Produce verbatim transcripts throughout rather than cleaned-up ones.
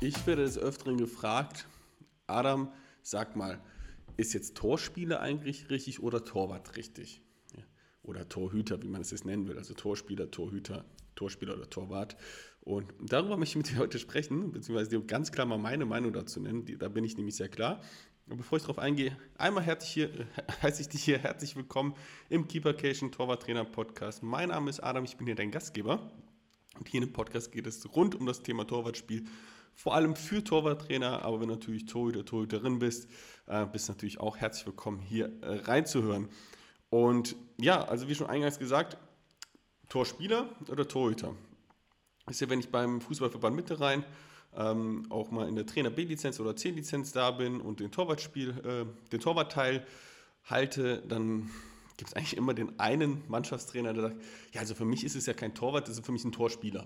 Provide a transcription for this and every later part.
Ich werde des Öfteren gefragt, Adam, sag mal, ist jetzt Torspieler eigentlich richtig oder Torwart richtig? Ja. Oder Torhüter, wie man es jetzt nennen will. Also Torspieler, Torhüter, Torspieler oder Torwart. Und darüber möchte ich mit dir heute sprechen, beziehungsweise dir ganz klar mal meine Meinung dazu nennen. Die, da bin ich nämlich sehr klar. Und bevor ich darauf eingehe, einmal herzlich hier, heiße ich dich hier herzlich willkommen im Keepercation Torwarttrainer Podcast. Mein Name ist Adam, ich bin hier dein Gastgeber. Und hier in dem Podcast geht es rund um das Thema Torwartspiel. Vor allem für Torwarttrainer, aber wenn du natürlich Torhüter, Torhüterin bist, äh, bist du natürlich auch herzlich willkommen, hier äh, reinzuhören. Und ja, also wie schon eingangs gesagt, Torspieler oder Torhüter. Das ist ja, wenn ich beim Fußballverband Mitte rein ähm, auch mal in der Trainer B-Lizenz oder C-Lizenz da bin und den Torwartspiel, äh, den Torwartteil halte, dann gibt es eigentlich immer den einen Mannschaftstrainer, der sagt, ja, also für mich ist es ja kein Torwart, das ist für mich ein Torspieler.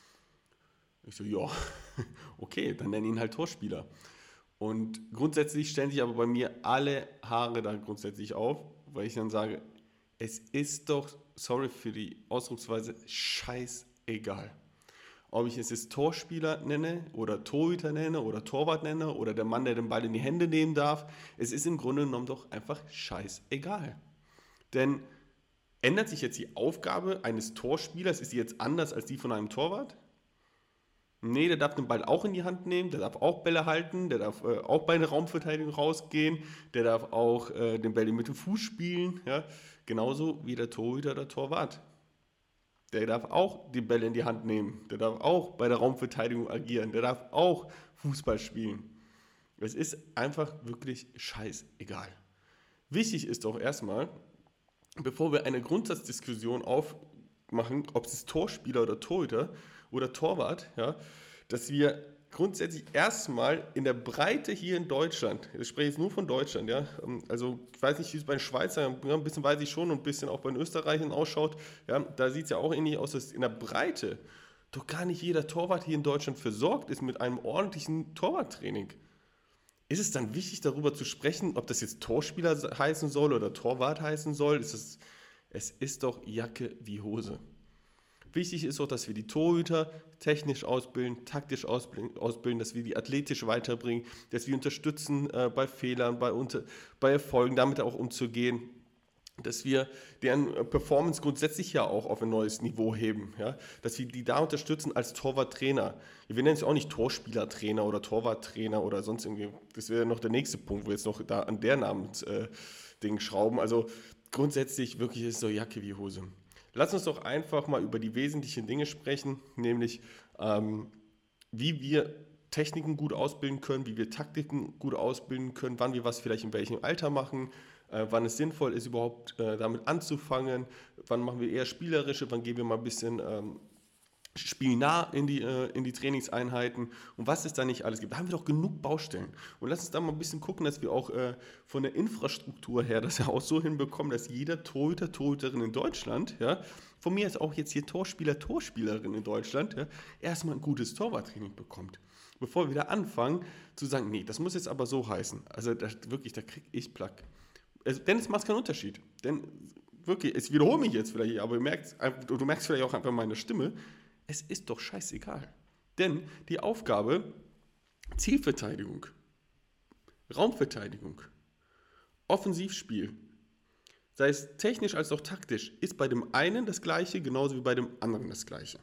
Ich so, ja, okay, dann nenne ihn halt Torspieler. Und grundsätzlich stellen sich aber bei mir alle Haare da grundsätzlich auf, weil ich dann sage, es ist doch, sorry für die Ausdrucksweise, scheißegal. Ob ich es jetzt Torspieler nenne oder Torhüter nenne oder Torwart nenne oder der Mann, der den Ball in die Hände nehmen darf, es ist im Grunde genommen doch einfach scheißegal. Denn ändert sich jetzt die Aufgabe eines Torspielers, ist sie jetzt anders als die von einem Torwart? Nee, der darf den Ball auch in die Hand nehmen, der darf auch Bälle halten, der darf äh, auch bei einer Raumverteidigung rausgehen, der darf auch äh, den Ball mit dem Fuß spielen, ja? Genauso wie der Torhüter oder Torwart. Der darf auch die Bälle in die Hand nehmen, der darf auch bei der Raumverteidigung agieren, der darf auch Fußball spielen. Es ist einfach wirklich scheißegal. Wichtig ist doch erstmal, bevor wir eine Grundsatzdiskussion aufmachen, ob es Torspieler oder Torhüter oder Torwart, ja, dass wir grundsätzlich erstmal in der Breite hier in Deutschland, ich spreche jetzt nur von Deutschland, ja, also ich weiß nicht, wie es bei den Schweizern, ein bisschen weiß ich schon und ein bisschen auch bei den Österreichern ausschaut, ja, da sieht es ja auch ähnlich aus, dass in der Breite doch gar nicht jeder Torwart hier in Deutschland versorgt ist mit einem ordentlichen Torwarttraining. Ist es dann wichtig, darüber zu sprechen, ob das jetzt Torspieler heißen soll oder Torwart heißen soll? Ist es, es ist doch Jacke wie Hose. Wichtig ist auch, dass wir die Torhüter technisch ausbilden, taktisch ausbilden, dass wir die athletisch weiterbringen, dass wir unterstützen äh, bei Fehlern, bei, unter, bei Erfolgen, damit auch umzugehen, dass wir deren Performance grundsätzlich ja auch auf ein neues Niveau heben, ja? Dass wir die da unterstützen als Torwarttrainer. Wir nennen es auch nicht Torspielertrainer oder Torwarttrainer oder sonst irgendwie, das wäre noch der nächste Punkt, wo wir jetzt noch da an der Namensding äh, schrauben. Also grundsätzlich wirklich ist es so Jacke wie Hose. Lass uns doch einfach mal über die wesentlichen Dinge sprechen, nämlich ähm, wie wir Techniken gut ausbilden können, wie wir Taktiken gut ausbilden können, wann wir was vielleicht in welchem Alter machen, äh, wann es sinnvoll ist, überhaupt äh, damit anzufangen, wann machen wir eher spielerische, wann gehen wir mal ein bisschen ähm, spielnah in die, äh, in die Trainingseinheiten und was es da nicht alles gibt. Da haben wir doch genug Baustellen. Und lass uns da mal ein bisschen gucken, dass wir auch äh, von der Infrastruktur her das ja auch so hinbekommen, dass jeder Torhüter, Torhüterin in Deutschland, ja, von mir ist auch jetzt hier Torspieler, Torspielerin in Deutschland, ja, erstmal ein gutes Torwarttraining bekommt. Bevor wir wieder anfangen zu sagen, nee, das muss jetzt aber so heißen. Also das, wirklich, da kriege ich Plack. Also, denn es macht keinen Unterschied. Denn wirklich, ich wiederhole mich jetzt vielleicht, aber du merkst, du merkst vielleicht auch einfach meine Stimme, es ist doch scheißegal. Denn die Aufgabe Zielverteidigung, Raumverteidigung, Offensivspiel, sei es technisch als auch taktisch, ist bei dem einen das Gleiche, genauso wie bei dem anderen das Gleiche.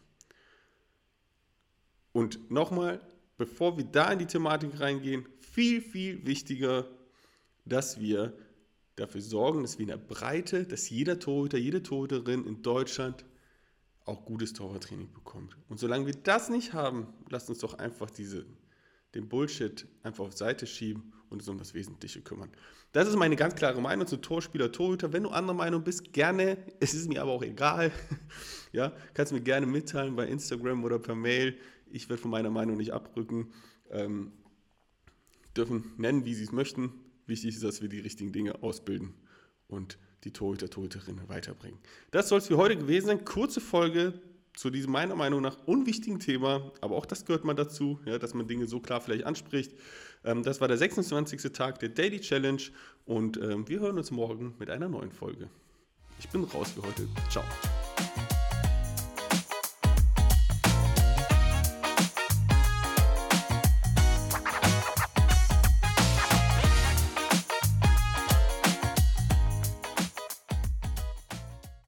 Und nochmal, bevor wir da in die Thematik reingehen, viel, viel wichtiger, dass wir dafür sorgen, dass wir in der Breite, dass jeder Torhüter, jede Torhüterin in Deutschland auch gutes Torwarttraining bekommt. Und solange wir das nicht haben, lasst uns doch einfach diese, den Bullshit einfach auf Seite schieben und uns um das Wesentliche kümmern. Das ist meine ganz klare Meinung zu Torspieler, Torhüter. Wenn du anderer Meinung bist, gerne. Es ist mir aber auch egal. Ja, kannst du mir gerne mitteilen bei Instagram oder per Mail. Ich werde von meiner Meinung nicht abrücken. Ähm, dürfen nennen, wie sie es möchten. Wichtig ist, dass wir die richtigen Dinge ausbilden und die Torhüter, Torhüterinnen weiterbringen. Das soll es für heute gewesen sein. Kurze Folge zu diesem meiner Meinung nach unwichtigen Thema, aber auch das gehört mal dazu, ja, dass man Dinge so klar vielleicht anspricht. Ähm, das war der sechsundzwanzigste Tag der Daily Challenge und ähm, wir hören uns morgen mit einer neuen Folge. Ich bin raus für heute. Ciao.